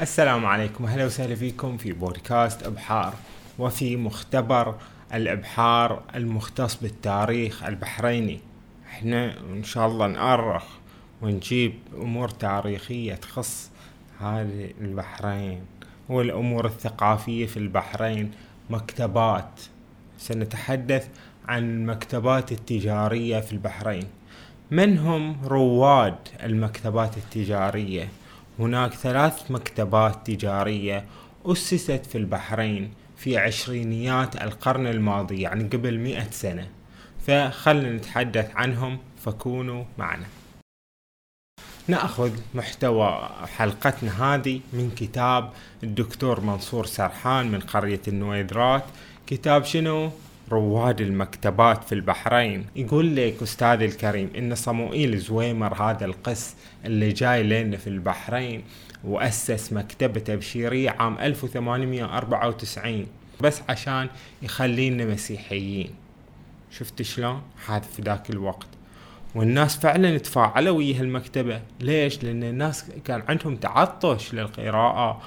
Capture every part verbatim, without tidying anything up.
السلام عليكم، أهلا وسهلا فيكم في بودكاست إبحار، وفي مختبر الإبحار المختص بالتاريخ البحريني. احنا إن شاء الله نأرخ ونجيب أمور تاريخية تخص هذه البحرين والأمور الثقافية في البحرين. مكتبات، سنتحدث عن المكتبات التجارية في البحرين. من هم رواد المكتبات التجارية؟ هناك ثلاث مكتبات تجارية أسست في البحرين في عشرينيات القرن الماضي، يعني قبل مئة سنة، فخلنا نتحدث عنهم، فكونوا معنا. نأخذ محتوى حلقتنا هذه من كتاب الدكتور منصور سرحان من قرية النويدرات. كتاب شنو؟ رواد المكتبات في البحرين. يقول لك أستاذ الكريم إن صموئيل زويمر هذا القس اللي جاي لنا في البحرين وأسس مكتبة تبشيرية عام ألف وثمانمئة وأربعة وتسعين بس عشان يخلينا مسيحيين. شفت شلون؟ هذا في ذاك الوقت، والناس فعلا تفاعلوا ويا المكتبة. ليش؟ لأن الناس كان عندهم تعطش للقراءة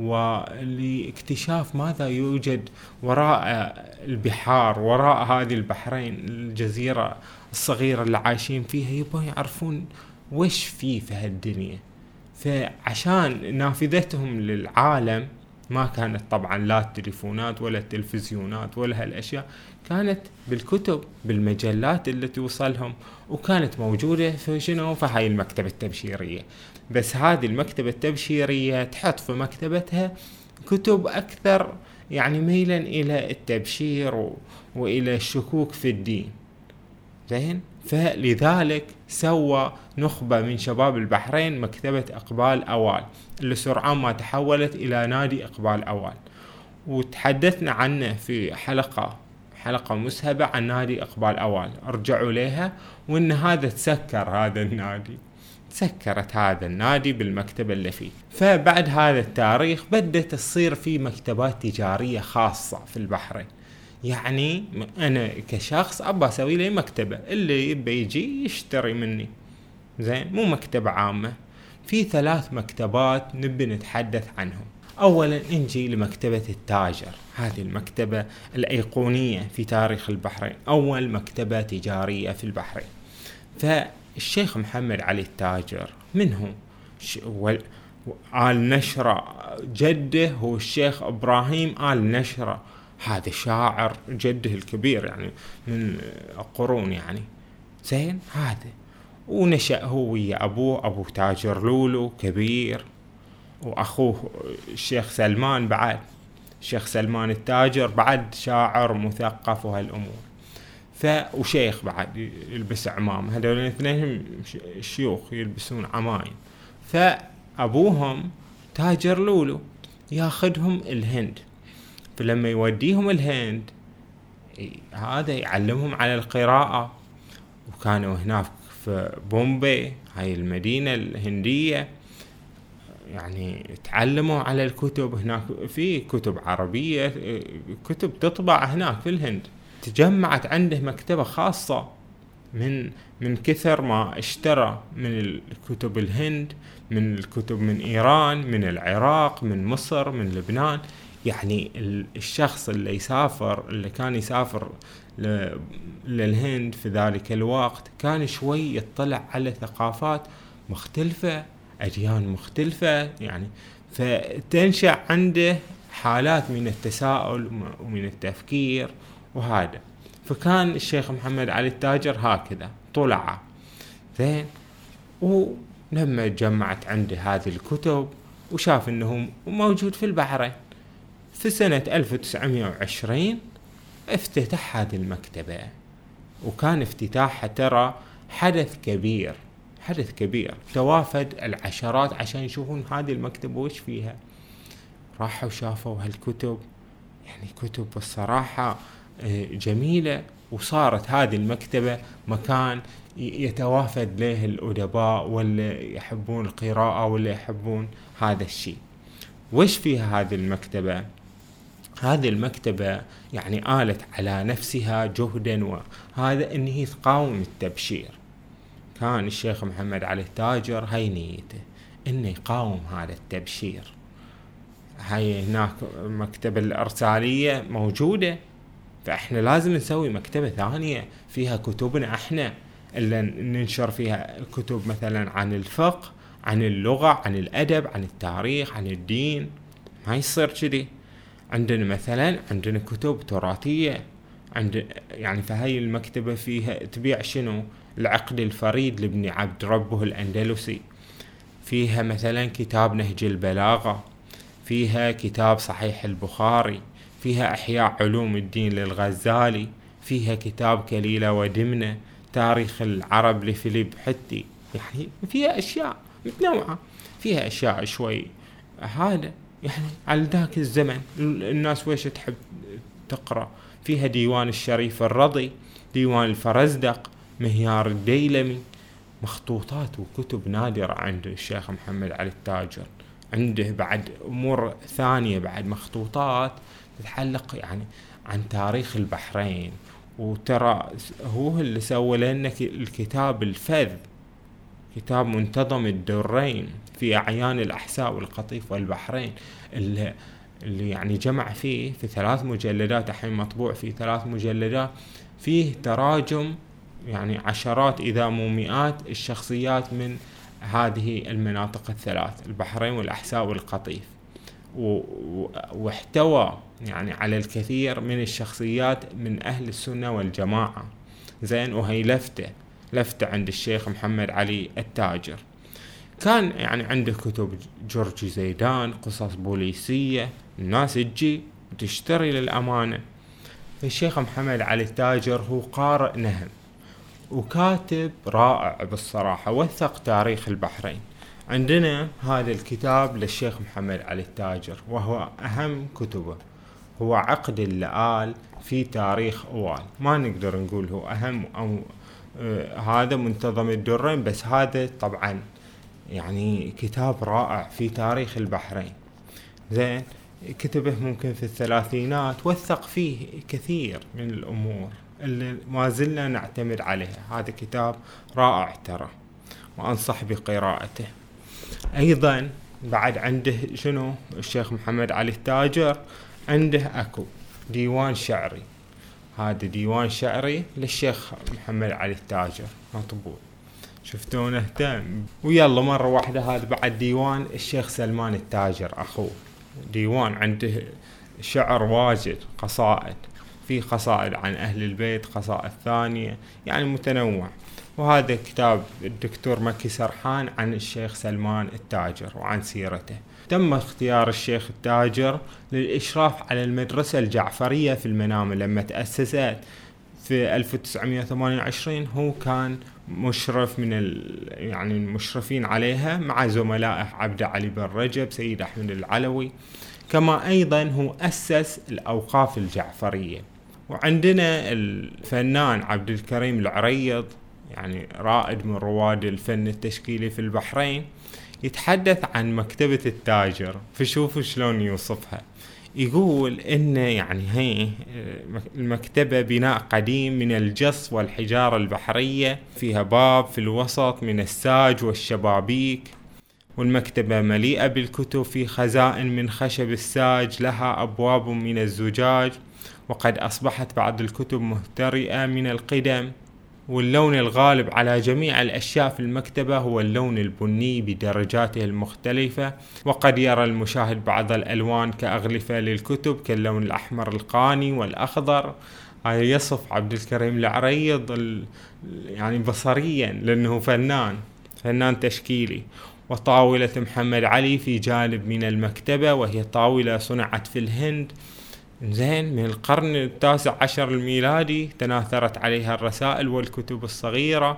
ولاكتشاف ماذا يوجد وراء البحار، وراء هذه البحرين، الجزيرة الصغيرة اللي عايشين فيها. يبغوا يعرفون وش فيه في هالدنيا. فعشان نافذتهم للعالم ما كانت طبعا لا التليفونات ولا التلفزيونات ولا هالأشياء، كانت بالكتب بالمجلات اللي توصلهم، وكانت موجودة في شنو؟ في هاي المكتبة التبشيرية. بس هذه المكتبة التبشيرية تحط في مكتبتها كتب أكثر يعني ميلا إلى التبشير و... وإلى الشكوك في الدين. زين؟ فلذلك سوى نخبة من شباب البحرين مكتبة إقبال أوال، اللي سرعان ما تحولت إلى نادي إقبال أوال، وتحدثنا عنه في حلقة حلقة مسهبة عن نادي إقبال أوال، ارجعوا لها. وإن هذا تسكر، هذا النادي تسكرت هذا النادي بالمكتبة اللي فيه. فبعد هذا التاريخ بدأت تصير في مكتبات تجارية خاصة في البحرين. يعني أنا كشخص أبى أسوي لي مكتبة، اللي يبي يجي يشتري مني، زين، مو مكتبة عامة. في ثلاث مكتبات نبي نتحدث عنهم. أولا نجي لمكتبة التاجر، هذه المكتبة الأيقونية في تاريخ البحرين، أول مكتبة تجارية في البحرين. فالشيخ محمد علي التاجر منهم آل نشرة، جده هو الشيخ إبراهيم آل نشرة، هذا شاعر جده الكبير يعني من قرون يعني. زين، هذا ونشأ هو ويا أبوه، أبو تاجر لولو كبير، وأخوه الشيخ سلمان بعد، الشيخ سلمان التاجر بعد شاعر مثقف وهالأمور. ف وشيخ بعد يلبس عمام، هذول الاثنين شيوخ يلبسون عمايم. فأبوهم تاجر لولو ياخدهم الهند، فلما يوديهم الهند هذا يعلمهم على القراءة. وكانوا هناك في بومبي، هاي المدينة الهندية، يعني تعلموا على الكتب. هناك في كتب عربية، كتب تطبع هناك في الهند. تجمعت عنده مكتبة خاصة من من كثر ما اشترى من الكتب الهند، من الكتب من إيران، من العراق، من مصر، من لبنان. يعني الشخص اللي يسافر، اللي كان يسافر للهند في ذلك الوقت، كان شوي يطلع على ثقافات مختلفة، أديان مختلفة يعني. فتنشأ عنده حالات من التساؤل ومن التفكير وهذا. فكان الشيخ محمد علي التاجر هكذا طلع. زين، ولما جمعت عنده هذه الكتب وشاف انه موجود في البحرين، في سنة ألف وتسعمئة وعشرين افتتح هذه المكتبة. وكان افتتاحها ترى حدث كبير، حدث كبير. توافد العشرات عشان يشوفون هذه المكتبة وش فيها. راحوا شافوا هالكتب، يعني كتب الصراحة جميلة. وصارت هذه المكتبة مكان يتوافد له الأدباء واللي يحبون القراءة واللي يحبون هذا الشيء. وش فيها هذه المكتبة؟ هذه المكتبة يعني آلت على نفسها جهدا، وهذا إنه تقاوم التبشير. كان الشيخ محمد علي التاجر هاي نيته، إنه يقاوم هذا التبشير، هاي هناك مكتبة الإرسالية موجودة، فإحنا لازم نسوي مكتبة ثانية فيها كتبنا إحنا اللي ننشر فيها كتب مثلا عن الفقه، عن اللغة، عن الأدب، عن التاريخ، عن الدين. ما يصير كذي. عندنا مثلا عندنا كتب تراثية، عند يعني فهي المكتبة فيها تبيع شنو؟ العقد الفريد لابن عبد ربه الأندلسي، فيها مثلا كتاب نهج البلاغة، فيها كتاب صحيح البخاري، فيها إحياء علوم الدين للغزالي، فيها كتاب كليلة ودمنة، تاريخ العرب لفيليب حتي. يعني فيها أشياء متنوعة، فيها أشياء شوي هذا يعني على ذاك الزمن الناس ويش تحب تقرأ. فيها ديوان الشريف الرضي، ديوان الفرزدق، مهيار الديلمي، مخطوطات وكتب نادرة عند الشيخ محمد علي التاجر. عنده بعد أمور ثانية، بعد مخطوطات تتعلق يعني عن تاريخ البحرين. وترى هو اللي سوى لنا الكتاب الفذ، كتاب منتظم الدرين في أعيان الأحساء والقطيف والبحرين، اللي, اللي يعني جمع فيه في ثلاث مجلدات، الحين مطبوع في ثلاث مجلدات، فيه تراجم يعني عشرات إذا مو مئات الشخصيات من هذه المناطق الثلاث، البحرين والأحساء والقطيف، واحتوى يعني على الكثير من الشخصيات من أهل السنة والجماعة. زين. وهي لفتة لفتة عند الشيخ محمد علي التاجر. كان يعني عنده كتب جورجي زيدان، قصص بوليسية، الناس تجي وتشتري للأمانة. الشيخ محمد علي التاجر هو قارئ نهم وكاتب رائع بالصراحة، وثق تاريخ البحرين. عندنا هذا الكتاب للشيخ محمد علي التاجر، وهو أهم كتبه، هو عقد اللآل في تاريخ أوال. ما نقدر نقول هو أهم أو آه هذا منتظم الدرين، بس هذا طبعا يعني كتاب رائع في تاريخ البحرين. زين. كتبه ممكن في الثلاثينات، وثق فيه كثير من الأمور اللي ما زلنا نعتمد عليها. هذا كتاب رائع ترى، وأنصح بقراءته. أيضا بعد عنده شنو الشيخ محمد علي التاجر؟ عنده أكو ديوان شعري، هذا ديوان شعري للشيخ محمد علي التاجر مطبوع، شفتونه اهتم. ويلا مرة واحدة هذا بعد ديوان الشيخ سلمان التاجر أخوه، ديوان عنده شعر واجد، قصائد، في قصائد عن أهل البيت، قصائد ثانية، يعني متنوع. وهذا كتاب الدكتور مكي سرحان عن الشيخ سلمان التاجر وعن سيرته. تم اختيار الشيخ التاجر للإشراف على المدرسة الجعفرية في المنامة لما تأسست في ألف وتسعمائة وثمانية وعشرين. هو كان مشرف من ال... يعني المشرفين عليها مع زملائه عبد علي بن رجب، سيد أحمد العلوي. كما أيضا هو أسس الأوقاف الجعفرية. وعندنا الفنان عبد الكريم العريض، يعني رائد من رواد الفن التشكيلي في البحرين، يتحدث عن مكتبة التاجر، فشوفوا شلون يوصفها. يقول إن يعني هي المكتبة بناء قديم من الجص والحجارة البحرية، فيها باب في الوسط من الساج والشبابيك، والمكتبة مليئة بالكتب في خزائن من خشب الساج لها أبواب من الزجاج، وقد أصبحت بعض الكتب مهترئة من القدم. واللون الغالب على جميع الأشياء في المكتبة هو اللون البني بدرجاته المختلفة، وقد يرى المشاهد بعض الألوان كأغلفة للكتب كاللون الأحمر القاني والأخضر. هذا يصف عبد الكريم العريض يعني بصريا لأنه فنان فنان تشكيلي. وطاولة محمد علي في جانب من المكتبة، وهي طاولة صنعت في الهند زين من القرن التاسع عشر الميلادي، تناثرت عليها الرسائل والكتب الصغيرة.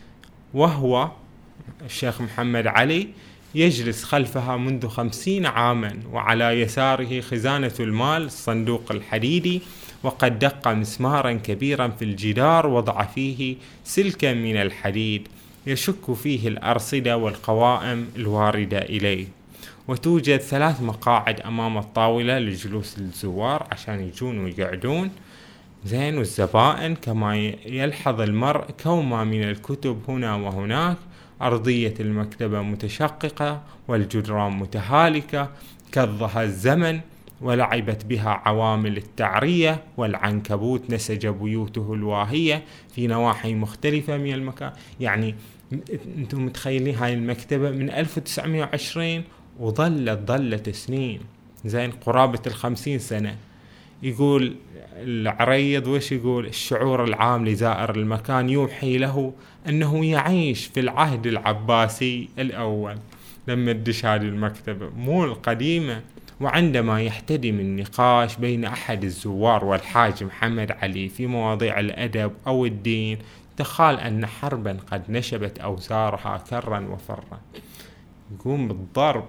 وهو الشيخ محمد علي يجلس خلفها منذ خمسين عاما، وعلى يساره خزانة المال الصندوق الحديدي، وقد دق مسمارا كبيرا في الجدار وضع فيه سلكا من الحديد يشك فيه الأرصدة والقوائم الواردة إليه. وتوجد ثلاث مقاعد أمام الطاولة لجلوس الزوار عشان يجون ويقعدون زين، والزبائن. كما يلحظ المرء كوما من الكتب هنا وهناك. أرضية المكتبة متشققة والجدران متهالكة، كظها الزمن ولعبت بها عوامل التعرية، والعنكبوت نسج بيوته الواهية في نواحي مختلفة من المكان. يعني انتم متخيلين هاي المكتبة من ألف وتسعمائة وعشرين وظلت ظلت سنين، زين قرابة الخمسين سنة. يقول العريض وش يقول؟ الشعور العام لزائر المكان يوحي له أنه يعيش في العهد العباسي الأول لما تدش هذه المكتبة مو القديمة. وعندما يحتدم النقاش بين أحد الزوار والحاج محمد علي في مواضيع الأدب أو الدين، تخال أن حربا قد نشبت أوزارها كرا وفرا. يقوم بالضرب،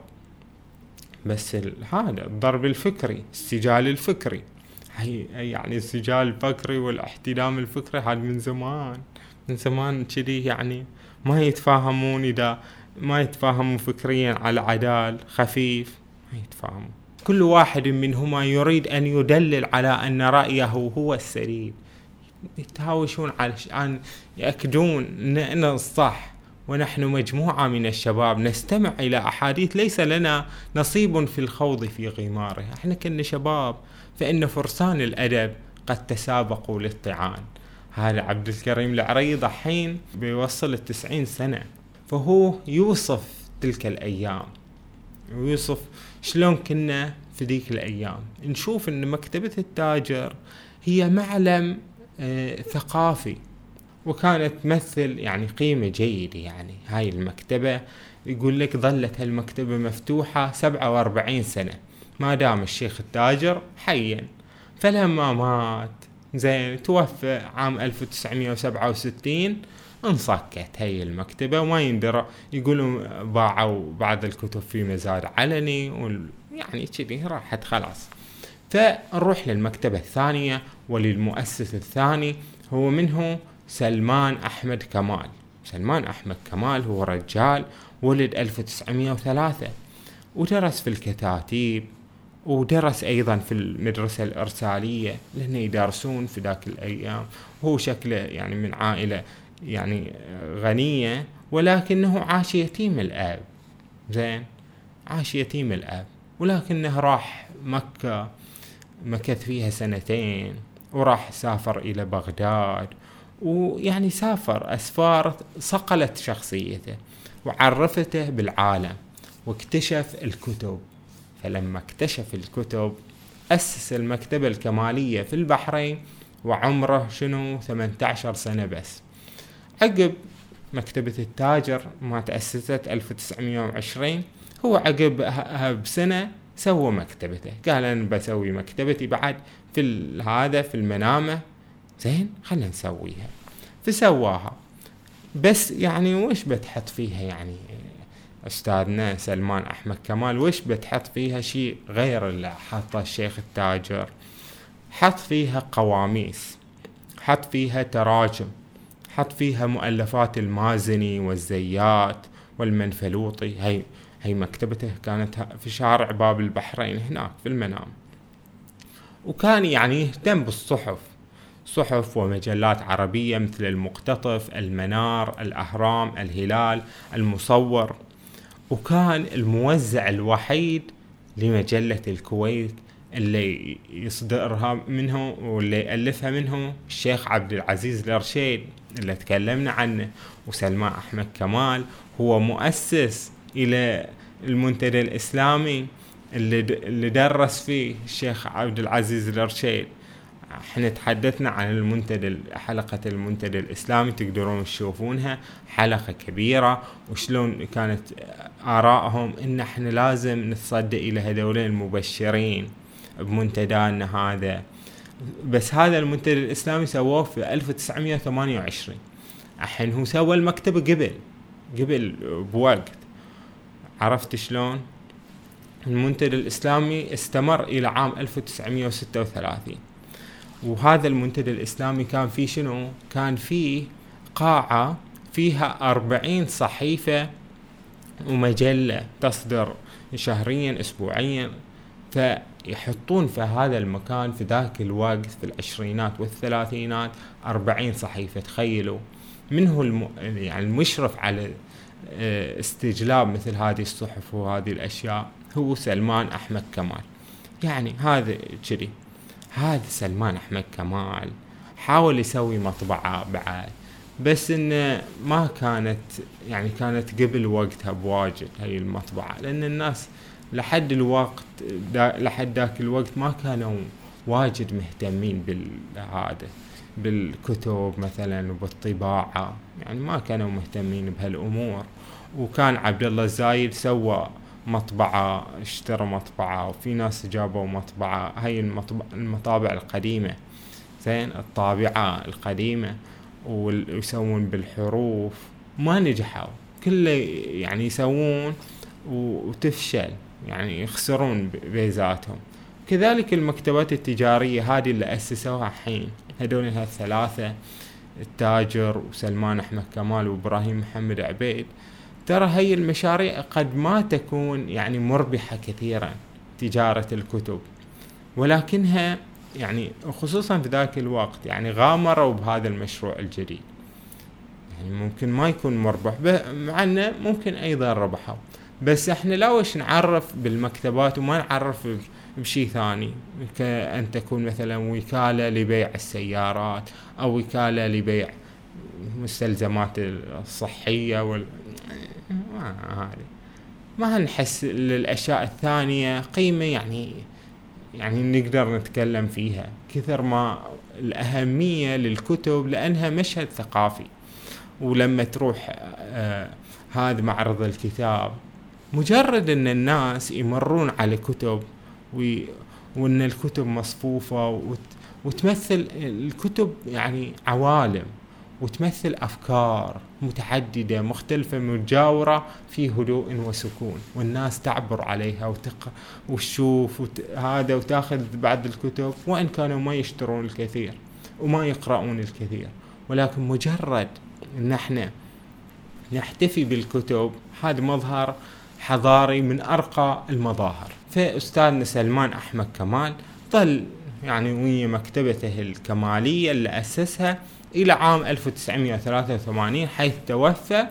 بس هذا الضرب الفكري، السجال الفكري، هي يعني السجال الفكري والاحتدام الفكري هذا من زمان من زمان كذي، يعني ما يتفاهمون. إذا ما يتفاهموا فكريا على عدال خفيف ما يتفاهموا. كل واحد منهما يريد أن يدلل على أن رأيه هو السديد، يتهاوشون علشان يأكدون أن الصح. ونحن مجموعة من الشباب نستمع إلى أحاديث ليس لنا نصيب في الخوض في غمارها. احنا كنا شباب، فإن فرسان الأدب قد تسابقوا للطعان. هذا عبد الكريم العريض حين بيوصل التسعين سنة، فهو يوصف تلك الأيام ويوصف شلون كنا في ذيك الأيام. نشوف أن مكتبة التاجر هي معلم آه ثقافي، وكانت تمثل يعني قيمة جيدة. يعني هاي المكتبة يقول لك ظلت هالمكتبة مفتوحة سبعة وأربعين سنة ما دام الشيخ التاجر حيا. فلما مات زين توفى عام ألف وتسعمائة وسبعة وستين انصكت هاي المكتبة وما يندرى. يقولوا باعوا بعض الكتب في مزاد علني يعني كذي راحت خلاص. فنروح للمكتبة الثانية وللمؤسس الثاني، هو منه سلمان أحمد كمال. سلمان أحمد كمال هو رجال ولد ألف وتسعمائة وثلاثة، ودرس في الكتاتيب، ودرس أيضا في المدرسة الإرسالية لأنه يدرسون في ذاك الأيام. هو شكله يعني من عائلة يعني غنية، ولكنه عاش يتيم الأب. زين عاش يتيم الأب، ولكنه راح مكة مكث فيها سنتين، وراح سافر إلى بغداد، ويعني سافر أسفار صقلت شخصيته وعرفته بالعالم، واكتشف الكتب. فلما اكتشف الكتب أسس المكتبة الكمالية في البحرين، وعمره شنو ثمانية عشر سنة بس. عقب مكتبة التاجر ما تأسست ألف وتسعمائة وعشرين، هو عقب بسنة سوى مكتبته. قال أنا بسوي مكتبتي بعد في هذا في المنامة، زين خلنا نسويها. فسواها، بس يعني وش بتحط فيها يعني أستاذنا سلمان أحمد كمال؟ وش بتحط فيها شيء غير اللي حطه الشيخ التاجر؟ حط فيها قواميس، حط فيها تراجم، حط فيها مؤلفات المازني والزيات والمنفلوطي. هي هي مكتبته كانت في شارع باب البحرين هناك في المنام. وكان يعني يهتم بالصحف، صحف ومجلات عربية مثل المقتطف، المنار، الأهرام، الهلال، المصور. وكان الموزع الوحيد لمجلة الكويت اللي يصدرها منه واللي يألفها منه الشيخ عبد العزيز الأرشيد اللي تكلمنا عنه. وسلمان أحمد كمال هو مؤسس إلى المنتدى الإسلامي اللي اللي درس فيه الشيخ عبد العزيز الأرشيد. احنا تحدثنا عن المنتدى، حلقة المنتدى الإسلامي تقدرون تشوفونها، حلقة كبيرة، وشلون كانت آرائهم إن احنا لازم نتصدى إلى هذولين المبشرين بمنتدانا هذا. بس هذا المنتدى الإسلامي سووه في ألف وتسعمائة وثمانية وعشرين، الحين هو سوى المكتبة قبل قبل بوقت. عرفت شلون؟ المنتدى الإسلامي استمر إلى عام ألف وتسعمائة وستة وثلاثين. وهذا المنتدى الإسلامي كان فيه شنو؟ كان فيه قاعة فيها أربعين صحيفة ومجلة تصدر شهريا أسبوعيا. فيحطون في هذا المكان في ذاك الوقت في العشرينات والثلاثينات أربعين صحيفة. تخيلوا منه الم... يعني المشرف على استجلاب مثل هذه الصحف وهذه الأشياء هو سلمان أحمد كمال. يعني هذا كذي، هذا سلمان أحمد كمال حاول يسوي مطبعة بعد، بس إنه ما كانت يعني كانت قبل وقتها بواجد هاي المطبعة، لأن الناس لحد الوقت دا لحد ذاك الوقت ما كانوا واجد مهتمين بالهذا بالكتب مثلا وبالطباعة، يعني ما كانوا مهتمين بهالأمور. وكان عبد الله الزايد سوى مطبعة، اشترى مطبعة، وفي ناس جابوا مطبعة، هاي المطبع المطابع القديمة زين، الطابعة القديمة، ويسوون بالحروف، ما نجحوا كله يعني يسوون وتفشل، يعني يخسرون بذاتهم. كذلك المكتبات التجارية هذه اللي أسسوها حين هدول هالثلاثة، التاجر وسلمان أحمد كمال وإبراهيم محمد عبيد، ترى هي المشاريع قد ما تكون يعني مربحة كثيرا تجارة الكتب، ولكنها يعني خصوصا في ذاك الوقت يعني غامروا بهذا المشروع الجديد، يعني ممكن ما يكون مربح مع انه ممكن ايضا ربحوا، بس احنا لوش نعرف بالمكتبات وما نعرف بشيء ثاني، كأن تكون مثلا وكالة لبيع السيارات او وكالة لبيع مستلزمات الصحية وال... ما هذه ما نحس للأشياء الثانية قيمة يعني يعني نقدر نتكلم فيها كثر ما الأهمية للكتب، لأنها مشهد ثقافي. ولما تروح آه هذا معرض الكتاب، مجرد أن الناس يمرون على كتب وي وأن الكتب مصفوفة وت وتمثل الكتب يعني عوالم، وتمثل أفكار متعددة مختلفة متجاورة في هدوء وسكون، والناس تعبر عليها وتق وتشوف وت... هذا وتاخذ بعض الكتب، وإن كانوا ما يشترون الكثير وما يقرؤون الكثير، ولكن مجرد إن احنا نحتفي بالكتب هذا مظهر حضاري من أرقى المظاهر. فأستاذنا سلمان أحمد كمال ظل يعني ويا مكتبته الكمالية اللي أسسها إلى عام ألف وتسعمائة وثلاثة وثمانين حيث توفى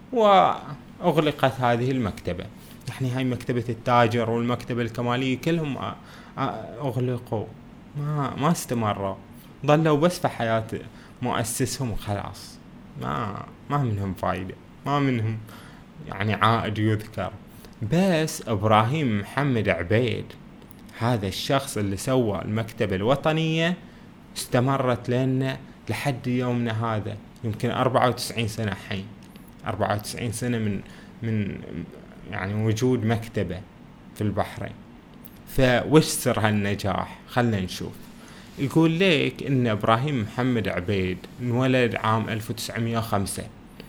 وأغلقت هذه المكتبة. يعني هاي مكتبة التاجر والمكتبة الكمالية كلهم أغلقوا، ما ما استمروا، ظلوا بس في حياة مؤسسهم وخلاص، ما ما منهم فايدة، ما منهم يعني عائد يذكر. بس إبراهيم محمد عبيد هذا الشخص اللي سوى المكتبة الوطنية استمرت لنا لحد يومنا هذا، يمكن أربعة وتسعين سنة حين أربعة وتسعين سنة من من يعني وجود مكتبة في البحرين. فوش سر هالنجاح؟ خلنا نشوف. يقول لك إن إبراهيم محمد عبيد انولد عام ألف وتسعمائة وخمسة،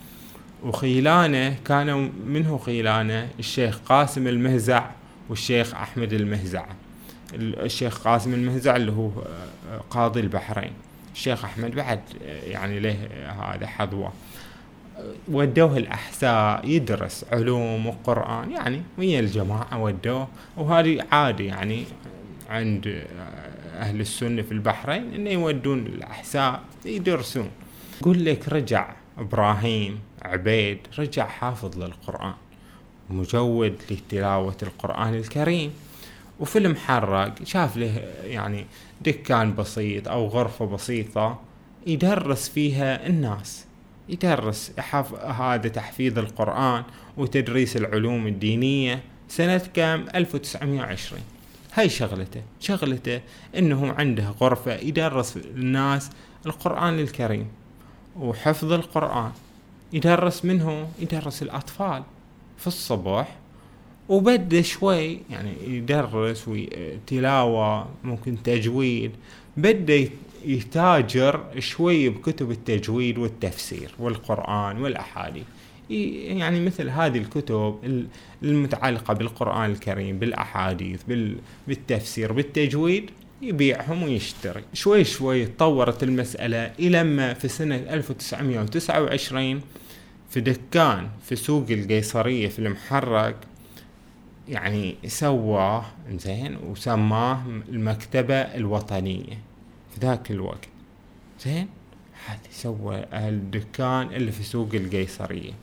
وخيلانه كانوا منه خيلانه الشيخ قاسم المهزع والشيخ أحمد المهزع. الشيخ قاسم المهزع اللي هو قاضي البحرين، الشيخ أحمد بعد يعني له هذا حظوة، ودوه الأحساء يدرس علوم وقرآن، يعني ويا الجماعة ودوه، وهذه عادي يعني عند أهل السنة في البحرين إنه يودون الأحساء يدرسون. يقول لك رجع إبراهيم عبيد رجع حافظ للقرآن ومجود لتلاوة القرآن الكريم، وفي المحرق شاف له يعني دكان بسيط أو غرفة بسيطة يدرس فيها الناس، يدرس حف... هذا تحفيظ القرآن وتدريس العلوم الدينية. سنة كام؟ ألف وتسعمائة وعشرين. هاي شغلته شغلته إنه عنده غرفة يدرس الناس القرآن الكريم وحفظ القرآن، يدرس منه يدرس الأطفال في الصبح، وبدأ شوي يعني يدرس وتلاوة ممكن تجويد، بدأ يتاجر شوي بكتب التجويد والتفسير والقرآن والأحاديث، يعني مثل هذه الكتب المتعلقة بالقرآن الكريم بالأحاديث بالتفسير بالتجويد يبيعهم ويشتري. شوي شوي تطورت المسألة إلى ما في سنة ألف وتسعمائة وتسعة وعشرين في دكان في سوق القيصرية في المحرق يعني سواه زين وسماه المكتبة الوطنية في ذاك الوقت زين. هذا سوى الدكان اللي في سوق القيصرية،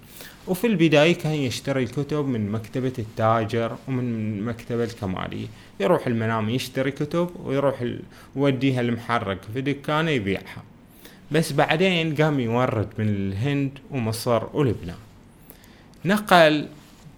وفي البداية كان يشتري الكتب من مكتبة التاجر ومن مكتبة الكمالية، يروح المنام يشتري كتب ويروح ال... يوديها المحرق في دكانه يبيعها. بس بعدين قام يورد من الهند ومصر ولبنان، نقل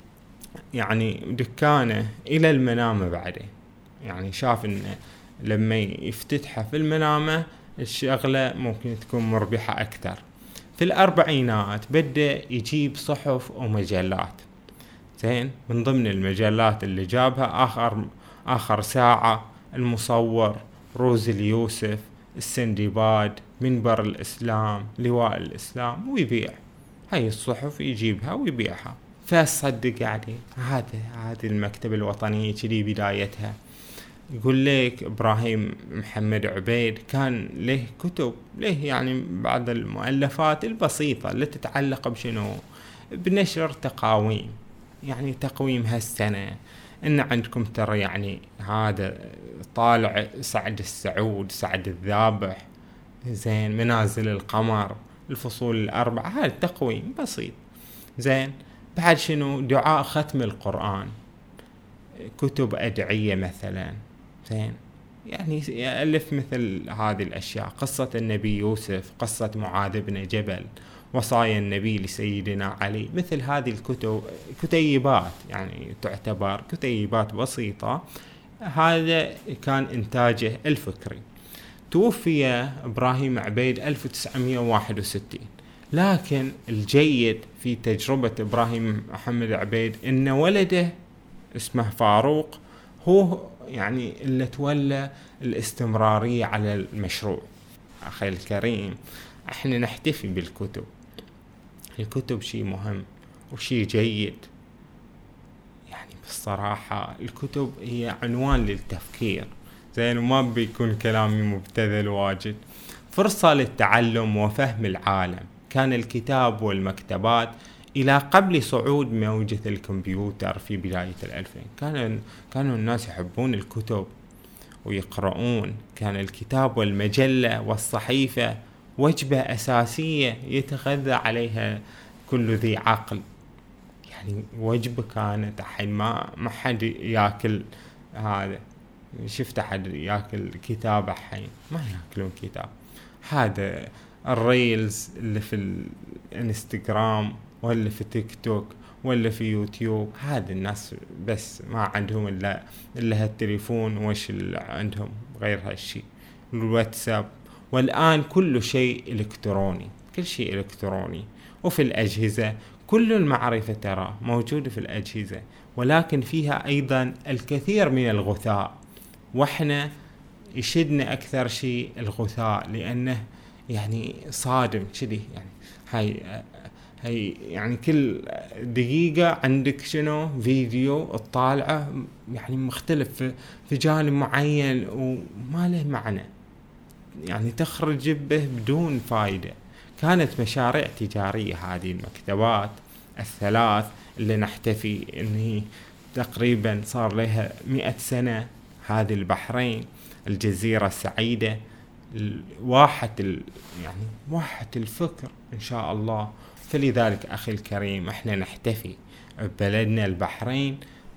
يعني دكانه إلى المنامة بعدين، يعني شاف إن لما يفتتحها في المنامة الشغلة ممكن تكون مربحة أكثر. في الأربعينات بدأ يجيب صحف ومجلات، زين، من ضمن المجلات اللي جابها آخر آخر ساعة، المصور، روز اليوسف، السندباد، منبر الإسلام، لواء الإسلام، ويبيع هاي الصحف يجيبها ويبيعها. فصدق يعني هذا هذه المكتبة الوطنية كذي بدايتها. يقول لك إبراهيم محمد عبيد كان له كتب، له يعني بعض المؤلفات البسيطة اللي تتعلق بشنو، بنشر تقاويم، يعني تقويم هالسنة إن عندكم ترى يعني هذا طالع سعد السعود، سعد الذابح، زين، منازل القمر، الفصول الأربعة، هذا التقويم بسيط، زين. بعد شنو، دعاء ختم القرآن، كتب أدعية مثلا، زين، يعني يألف مثل هذه الأشياء، قصة النبي يوسف، قصة معاذ بن جبل، وصايا النبي لسيدنا علي، مثل هذه الكتب كتيبات، يعني تعتبر كتيبات بسيطة. هذا كان إنتاجه الفكري. توفي إبراهيم عبيد ألف وتسعمائة وواحد وستين، لكن الجيد في تجربة إبراهيم محمد عبيد إن ولده اسمه فاروق هو يعني اللي تولى الاستمرارية على المشروع. أخي الكريم، احنا نحتفي بالكتب، الكتب شيء مهم وشيء جيد، يعني بالصراحة الكتب هي عنوان للتفكير، زين، وما بيكون كلامي مبتذل واجد، فرصة للتعلم وفهم العالم. كان الكتاب والمكتبات إلى قبل صعود موجة الكمبيوتر في بداية الألفين كان كانوا الناس يحبون الكتب ويقرؤون. كان الكتاب والمجلة والصحيفة وجبة أساسية يتغذى عليها كل ذي عقل، يعني وجبة كانت. الحين ما ما حد ياكل هذا، شفت أحد ياكل كتاب الحين؟ ما ياكلون كتاب. هذا الريلز اللي في الانستغرام ولا في تيك توك ولا في يوتيوب، هذا الناس بس ما عندهم إلا إلا هالتليفون، وش اللي عندهم غير هالشيء، الواتساب. والآن كل شيء إلكتروني، كل شيء إلكتروني، وفي الأجهزة كل المعرفة ترى موجودة في الأجهزة، ولكن فيها أيضا الكثير من الغثاء، وإحنا يشدنا أكثر شيء الغثاء، لأنه يعني صادم كذي، يعني هاي هاي يعني كل دقيقة عندك شنو فيديو الطالعة يعني مختلف في, في جانب معين وما له معنى، يعني تخرج به بدون فايدة. كانت مشاريع تجارية هذه المكتبات الثلاث اللي نحتفي انه تقريبا صار لها مئة سنة، هذه البحرين، الجزيرة السعيدة، واحة يعني واحة الفكر إن شاء الله. فلذلك أخي الكريم احنا نحتفي ببلدنا البحرين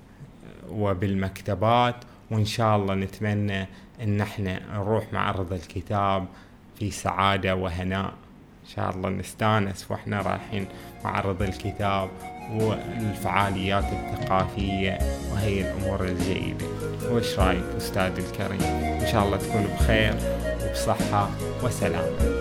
وبالمكتبات، وإن شاء الله نتمنى إن احنا نروح معرض الكتاب في سعادة وهناء، إن شاء الله نستانس وإحنا رايحين معرض الكتاب والفعاليات الثقافية وهي الأمور الجيدة. وإيش رأيك أستاذ الكريم؟ إن شاء الله تكون بخير وبصحة وسلامة.